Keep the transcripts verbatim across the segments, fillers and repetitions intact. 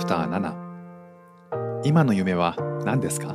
プターなな、今の夢は何ですか？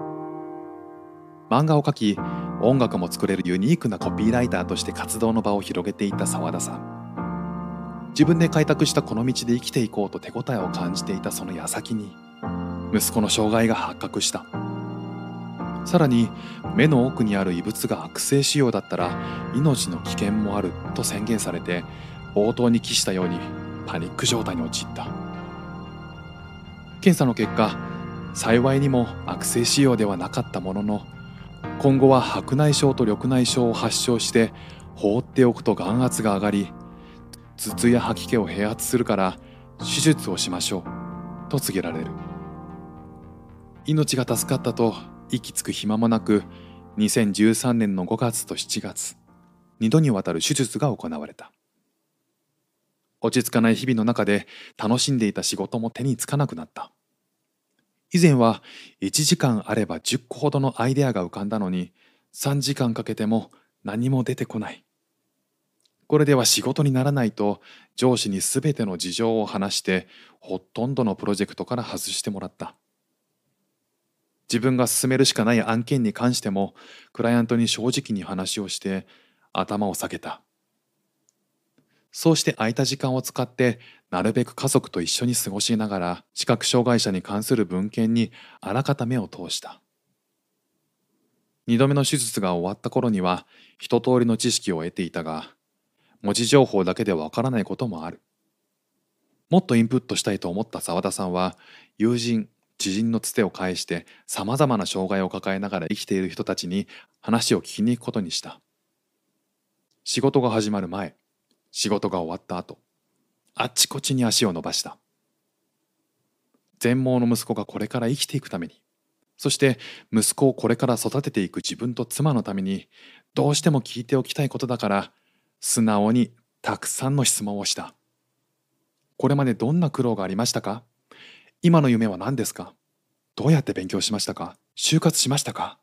漫画を描き、音楽も作れるユニークなコピーライターとして活動の場を広げていた澤田さん。自分で開拓したこの道で生きていこうと手応えを感じていたその矢先に、息子の障害が発覚した。さらに、目の奥にある異物が悪性腫瘍だったら命の危険もあると宣言されて、冒頭に記したようにパニック状態に陥った。検査の結果、幸いにも悪性腫瘍ではなかったものの、今後は白内障と緑内障を発症して放っておくと眼圧が上がり、頭痛や吐き気を併発するから手術をしましょうと告げられる。命が助かったと息つく暇もなく、にせんじゅうさんねんのごがつとしちがつ、にどにわたる手術が行われた。落ち着かない日々の中で楽しんでいた仕事も手につかなくなった。以前はいちじかんあればじゅっこほどのアイデアが浮かんだのに、さんじかんかけても何も出てこない。これでは仕事にならないと上司にすべての事情を話して、ほとんどのプロジェクトから外してもらった。自分が進めるしかない案件に関してもクライアントに正直に話をして頭を下げた。そうして空いた時間を使ってなるべく家族と一緒に過ごしながら視覚障害者に関する文献にあらかた目を通した。二度目の手術が終わった頃には一通りの知識を得ていたが、文字情報だけでわからないこともある。もっとインプットしたいと思った澤田さんは、友人知人のつてを介してさまざまな障害を抱えながら生きている人たちに話を聞きに行くことにした。仕事が始まる前、仕事が終わった後、あっちこっちに足を伸ばした。全盲の息子がこれから生きていくために、そして息子をこれから育てていく自分と妻のために、どうしても聞いておきたいことだから、素直にたくさんの質問をした。これまでどんな苦労がありましたか？今の夢は何ですか？どうやって勉強しましたか？就活しましたか？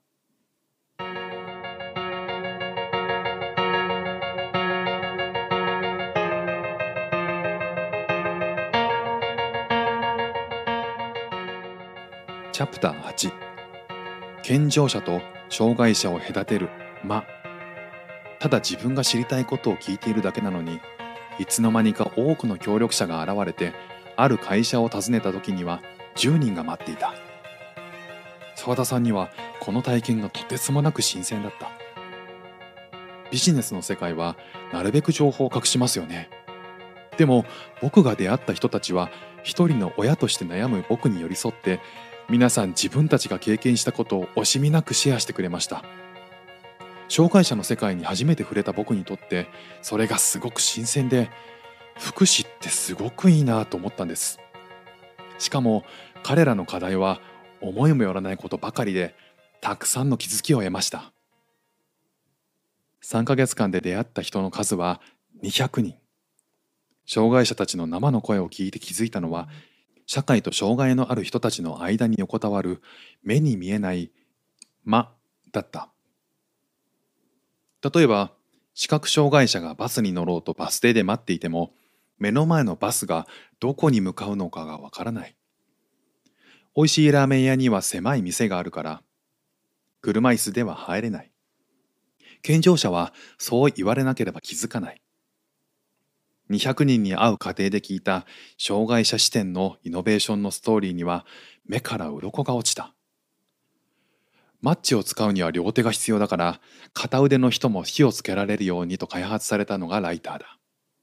チャプターはち、健常者と障害者を隔てる間。ただ自分が知りたいことを聞いているだけなのに、いつの間にか多くの協力者が現れて、ある会社を訪ねた時にはじゅうにんが待っていた。澤田さんにはこの体験がとてつもなく新鮮だった。ビジネスの世界はなるべく情報を隠しますよね。でも僕が出会った人たちは、一人の親として悩む僕に寄り添って、皆さん自分たちが経験したことを惜しみなくシェアしてくれました。障害者の世界に初めて触れた僕にとって、それがすごく新鮮で、福祉ってすごくいいなと思ったんです。しかも彼らの課題は思いもよらないことばかりで、たくさんの気づきを得ました。さんかげつかんで出会った人の数はにひゃくにん。障害者たちの生の声を聞いて気づいたのは、社会と障害のある人たちの間に横たわる目に見えない間だった。例えば、視覚障害者がバスに乗ろうとバス停で待っていても、目の前のバスがどこに向かうのかがわからない。美味しいラーメン屋には狭い店があるから、車椅子では入れない。健常者はそう言われなければ気づかない。にひゃくにんに会う過程で聞いた障害者視点のイノベーションのストーリーには、目から鱗が落ちた。マッチを使うには両手が必要だから、片腕の人も火をつけられるようにと開発されたのがライターだ。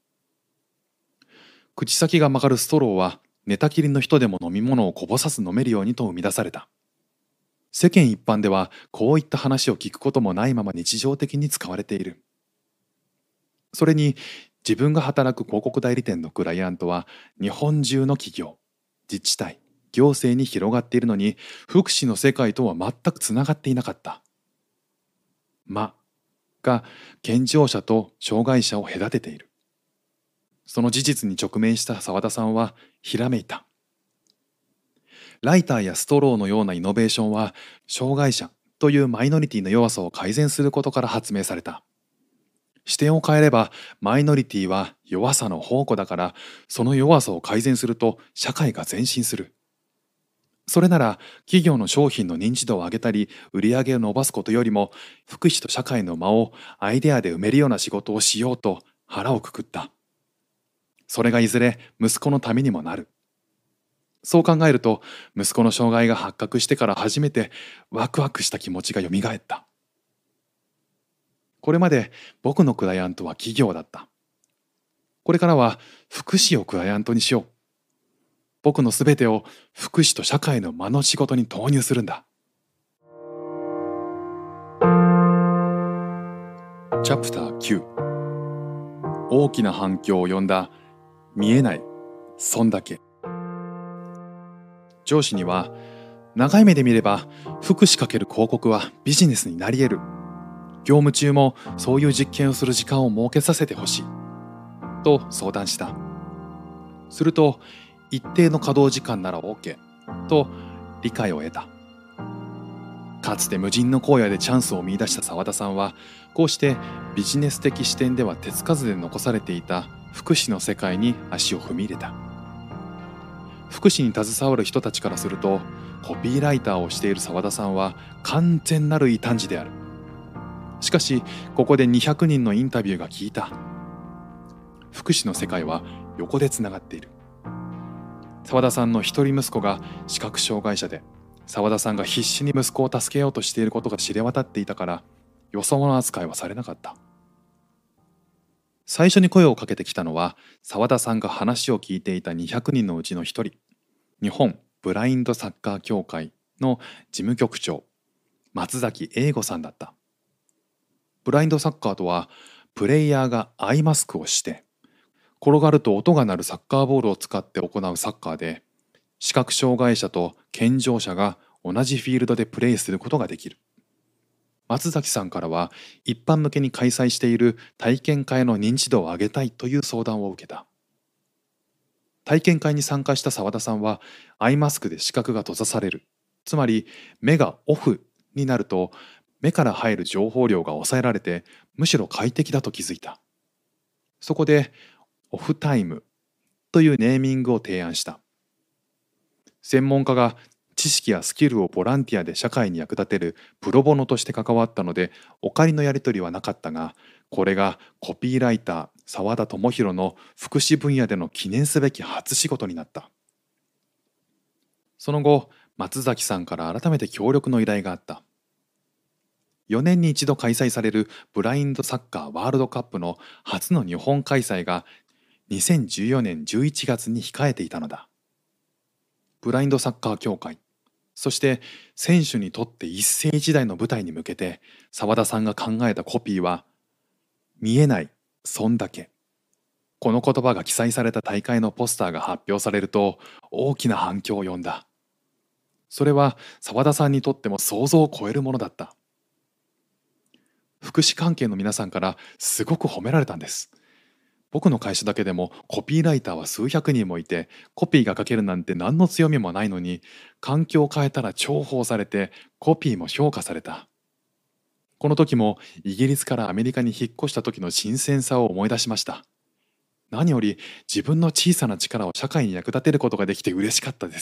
口先が曲がるストローは寝たきりの人でも飲み物をこぼさず飲めるようにと生み出された。世間一般ではこういった話を聞くこともないまま日常的に使われている。それに、自分が働く広告代理店のクライアントは日本中の企業、自治体、行政に広がっているのに、福祉の世界とは全くつながっていなかった。間が健常者と障害者を隔てている。その事実に直面した澤田さんはひらめいた。ライターやストローのようなイノベーションは、障害者というマイノリティの弱さを改善することから発明された。 視点を変えれば、マイノリティは弱さの宝庫だから、その弱さを改善すると社会が前進する。それなら企業の商品の認知度を上げたり売り上げを伸ばすことよりも、福祉と社会の間をアイデアで埋めるような仕事をしようと腹をくくった。それがいずれ息子のためにもなる。そう考えると、息子の障害が発覚してから初めてワクワクした気持ちがよみがえった。これまで僕のクライアントは企業だった。これからは福祉をクライアントにしよう。僕のすべてを福祉と社会の間の仕事に投入するんだ。チャプターきゅう。大きな反響を呼んだ見えないそんだけ。上司には、長い目で見れば福祉×広告はビジネスになり得る。業務中もそういう実験をする時間を設けさせてほしい。と相談した。すると、一定の稼働時間なら OK と理解を得た。かつて無人の荒野でチャンスを見出した澤田さんは、こうしてビジネス的視点では手つかずで残されていた福祉の世界に足を踏み入れた。福祉に携わる人たちからすると、コピーライターをしている澤田さんは完全なる異端児である。しかし、ここでにひゃくにんのインタビューが聞いた。福祉の世界は横でつながっている。澤田さんの一人息子が視覚障害者で、澤田さんが必死に息子を助けようとしていることが知れ渡っていたから、よそ者扱いはされなかった。最初に声をかけてきたのは、澤田さんが話を聞いていたにひゃくにんのうちの一人、日本ブラインドサッカー協会の事務局長、松崎英吾さんだった。ブラインドサッカーとは、プレイヤーがアイマスクをして、転がると音が鳴るサッカーボールを使って行うサッカーで、視覚障害者と健常者が同じフィールドでプレイすることができる。松崎さんからは、一般向けに開催している体験会の認知度を上げたいという相談を受けた。体験会に参加した澤田さんは、アイマスクで視覚が閉ざされる。つまり、目がオフになると、目から入る情報量が抑えられて、むしろ快適だと気づいた。そこで、オフタイムというネーミングを提案した。専門家が知識やスキルをボランティアで社会に役立てるプロボノとして関わったので、お借りのやり取りはなかったが、これがコピーライター澤田智博の福祉分野での記念すべき初仕事になった。その後、松崎さんから改めて協力の依頼があった。よねんに一度開催されるブラインドサッカーワールドカップの初の日本開催がにせんじゅうよねんじゅういちがつに控えていたのだ。ブラインドサッカー協会、そして選手にとって一世一代の舞台に向けて澤田さんが考えたコピーは、見えないそんだけ。この言葉が記載された大会のポスターが発表されると大きな反響を呼んだ。それは澤田さんにとっても想像を超えるものだった。福祉関係の皆さんからすごく褒められたんです。僕の会社だけでもコピーライターは数百人もいて、コピーが書けるなんて何の強みもないのに、環境を変えたら重宝されてコピーも評価された。この時もイギリスからアメリカに引っ越した時の新鮮さを思い出しました。何より自分の小さな力を社会に役立てることができて嬉しかったです。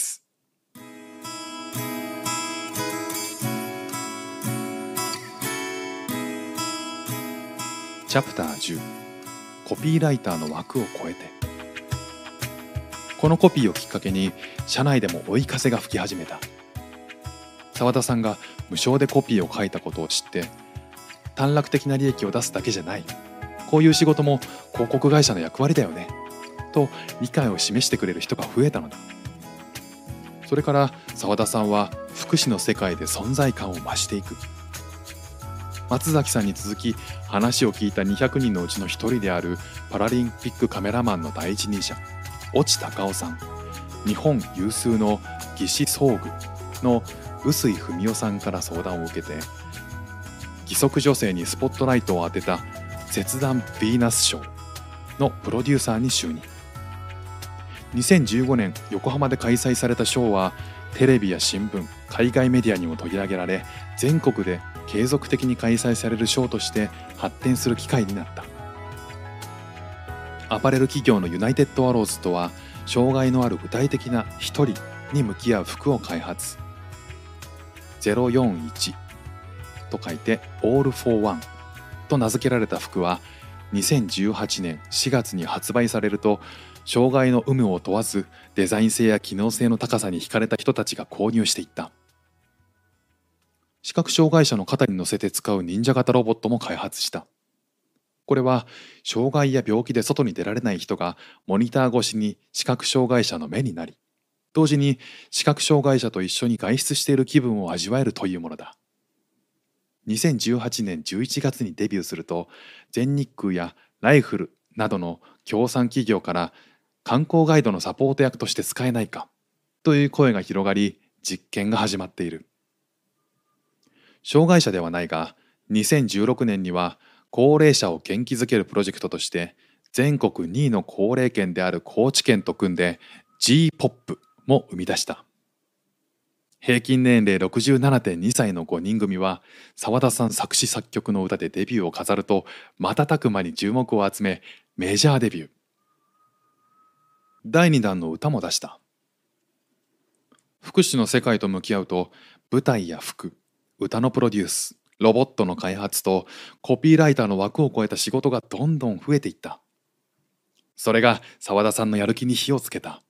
チャプターじゅう、コピーライターの枠を超えて。このコピーをきっかけに社内でも追い風が吹き始めた。澤田さんが無償でコピーを書いたことを知って、短絡的な利益を出すだけじゃない、こういう仕事も広告会社の役割だよねと理解を示してくれる人が増えたのだ。それから澤田さんは福祉の世界で存在感を増していく。松崎さんに続き、話を聞いたにひゃくにんのうちの一人であるパラリンピックカメラマンの第一人者、越智隆夫さん、日本有数の義肢装具の臼井文夫さんから相談を受けて、義足女性にスポットライトを当てた切断ヴィーナスショーのプロデューサーに就任。にせんじゅうごねん横浜で開催されたショーは、テレビや新聞、海外メディアにも取り上げられ、全国で継続的に開催されるショーとして発展する機会になった。 アパレル企業のユナイテッドアローズとは、障害のある具体的な一人に向き合う服を開発。ゼロよんいちと書いて All for One と名付けられた服は、にせんじゅうはちねんしがつに発売されると、障害の有無を問わずデザイン性や機能性の高さに惹かれた人たちが購入していった。視覚障害者の肩に乗せて使う忍者型ロボットも開発した。これは障害や病気で外に出られない人がモニター越しに視覚障害者の目になり、同時に視覚障害者と一緒に外出している気分を味わえるというものだ。にせんじゅうはちねんじゅういちがつにデビューすると、全日空やライフルなどの協賛企業から観光ガイドのサポート役として使えないかという声が広がり、実験が始まっている。障害者ではないが、にせんじゅうろくねんには高齢者を元気づけるプロジェクトとして全国にいの高齢県である高知県と組んで G ポップも生み出した。平均年齢 ろくじゅうななてんにさいのごにん組は澤田さん作詞作曲の歌でデビューを飾ると、瞬く間に注目を集めメジャーデビュー。だいにだんの歌も出した。福祉の世界と向き合うと、舞台や服、歌のプロデュース、ロボットの開発とコピーライターの枠を超えた仕事がどんどん増えていった。それが澤田さんのやる気に火をつけた。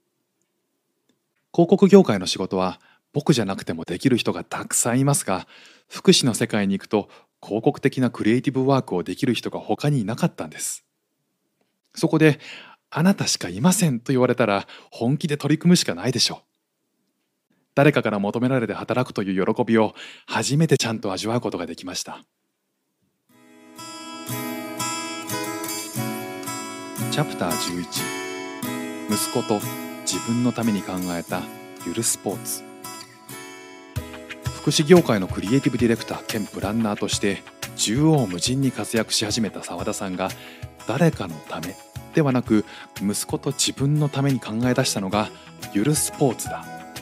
広告業界の仕事は僕じゃなくてもできる人がたくさんいますが、福祉の世界に行くと広告的なクリエイティブワークをできる人が他にいなかったんです。そこで、あなたしかいませんと言われたら本気で取り組むしかないでしょう。誰かから求められて働くという喜びを初めてちゃんと味わうことができました。チャプターじゅういち、息子と自分のために考えたゆるスポーツ。福祉業界のクリエイティブディレクター兼プランナーとして縦横無尽に活躍し始めた澤田さんが、誰かのためではなく息子と自分のために考え出したのがゆるスポーツだ。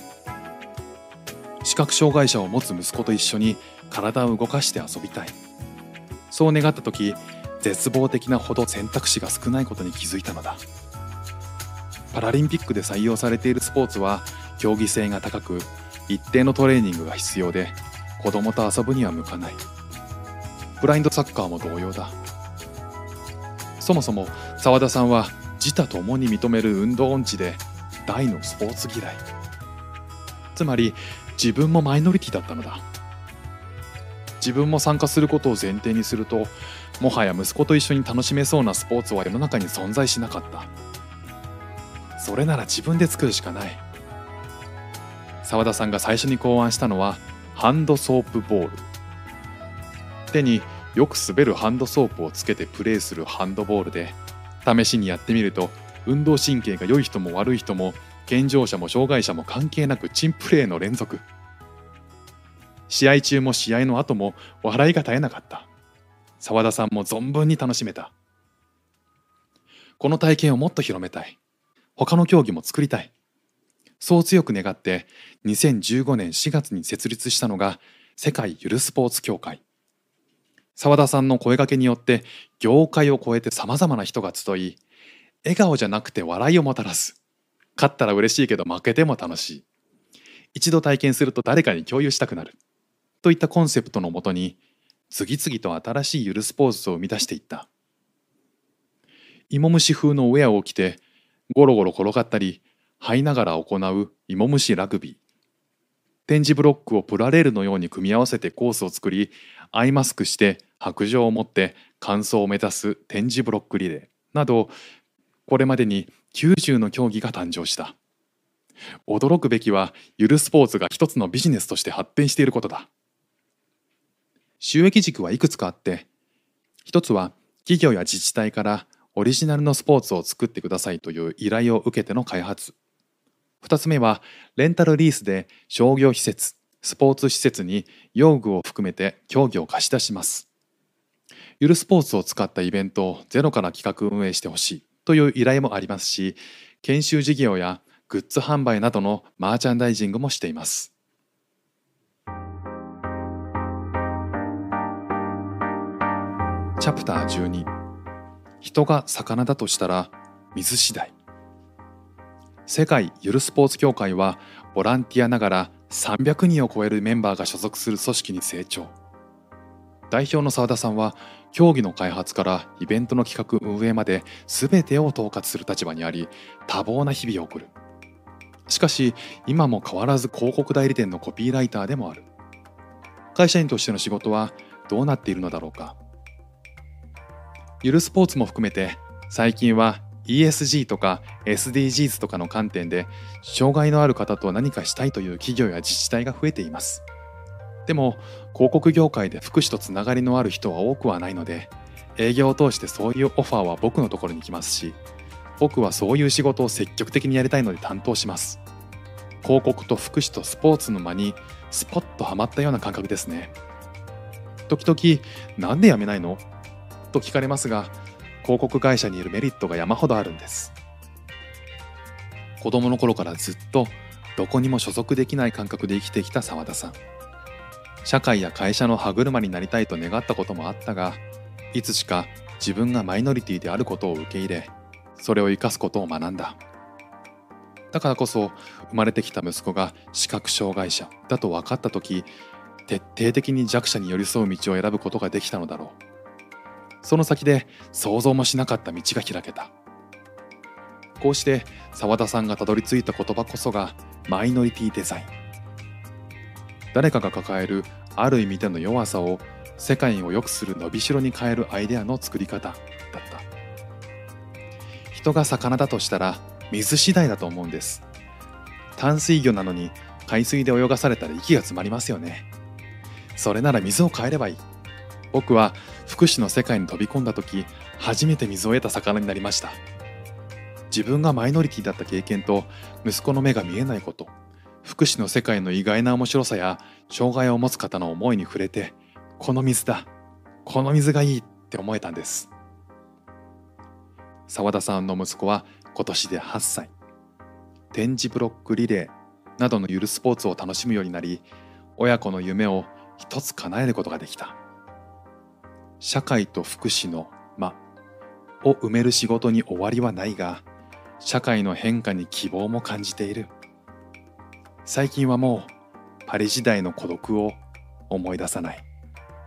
視覚障害者を持つ息子と一緒に体を動かして遊びたい。そう願った時、絶望的なほど選択肢が少ないことに気づいたのだ。パラリンピックで採用されているスポーツは競技性が高く、一定のトレーニングが必要で、子供と遊ぶには向かない。ブラインドサッカーも同様だ。そもそも澤田さんは自他ともに認める運動音痴で大のスポーツ嫌い。つまり自分もマイノリティだったのだ。自分も参加することを前提にすると、もはや息子と一緒に楽しめそうなスポーツは世の中に存在しなかった。それなら自分で作るしかない。澤田さんが最初に考案したのはハンドソープボール。手によく滑るハンドソープをつけてプレーするハンドボールで、試しにやってみると運動神経が良い人も悪い人も健常者も障害者も関係なく珍プレーの連続。試合中も試合の後も笑いが絶えなかった。澤田さんも存分に楽しめた。この体験をもっと広めたい。他の競技も作りたい。そう強く願ってにせんじゅうごねんしがつに設立したのが世界ゆるスポーツ協会。澤田さんの声掛けによって業界を超えてさまざまな人が集い、笑顔じゃなくて笑いをもたらす。勝ったら嬉しいけど負けても楽しい。一度体験すると誰かに共有したくなる。といったコンセプトのもとに、次々と新しいゆるスポーツを生み出していった。芋虫風のウェアを着てゴロゴロ転がったり這いながら行う芋虫ラグビー。点字ブロックをプラレールのように組み合わせてコースを作り、アイマスクして白杖を持って完走を目指す点字ブロックリレーなど、これまでにきゅうじゅうの競技が誕生した。驚くべきは、ゆるスポーツが一つのビジネスとして発展していることだ。収益軸はいくつかあって、一つは企業や自治体からオリジナルのスポーツを作ってくださいという依頼を受けての開発。二つ目はレンタルリースで商業施設、スポーツ施設に用具を含めて競技を貸し出します。ゆるスポーツを使ったイベントをゼロから企画運営してほしいという依頼もありますし、研修事業やグッズ販売などのマーチャンダイジングもしています。チャプターじゅうに、 人が魚だとしたら水次第。世界ゆるスポーツ協会はボランティアながらさんびゃくにんを超えるメンバーが所属する組織に成長。代表の澤田さんは競技の開発からイベントの企画運営まで全てを統括する立場にあり、多忙な日々を送る。しかし今も変わらず広告代理店のコピーライターでもある。会社員としての仕事はどうなっているのだろうか。ゆるスポーツも含めて最近は イーエスジー とか エスディージーズ とかの観点で障害のある方と何かしたいという企業や自治体が増えています。でも広告業界で福祉とつながりのある人は多くはないので、営業を通してそういうオファーは僕のところに来ますし、僕はそういう仕事を積極的にやりたいので担当します。広告と福祉とスポーツの間にスポッとはまったような感覚ですね。時々なんで辞めないのと聞かれますが、広告会社にいるメリットが山ほどあるんです。子供の頃からずっとどこにも所属できない感覚で生きてきた澤田さん。社会や会社の歯車になりたいと願ったこともあったが、いつしか自分がマイノリティであることを受け入れ、それを生かすことを学んだ。だからこそ生まれてきた息子が視覚障害者だと分かったとき、徹底的に弱者に寄り添う道を選ぶことができたのだろう。その先で想像もしなかった道が開けた。こうして澤田さんがたどり着いた言葉こそがマイノリティデザイン。誰かが抱えるある意味での弱さを世界を良くする伸びしろに変えるアイデアの作り方だった。人が魚だとしたら水次第だと思うんです。淡水魚なのに海水で泳がされたら息が詰まりますよね。それなら水を変えればいい。僕は福祉の世界に飛び込んだ時、初めて水を得た魚になりました。自分がマイノリティだった経験と息子の目が見えないこと、福祉の世界の意外な面白さや障害を持つ方の思いに触れて、この水だ、この水がいいって思えたんです。澤田さんの息子は今年ではっさい。点字ブロックリレーなどのゆるスポーツを楽しむようになり、親子の夢を一つ叶えることができた。社会と福祉の間を埋める仕事に終わりはないが、社会の変化に希望も感じている。最近はもうパリ時代の孤独を思い出さない。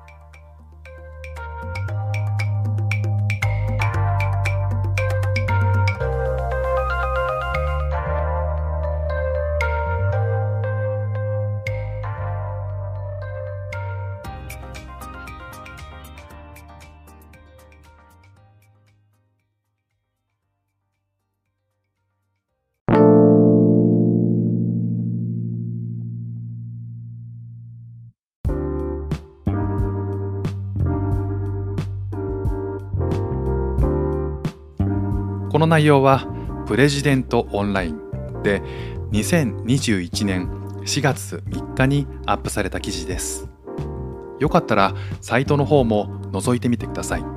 この内容はプレジデントオンラインでにせんにじゅういちねんしがつみっかにアップされた記事です。よかったらサイトの方も覗いてみてください。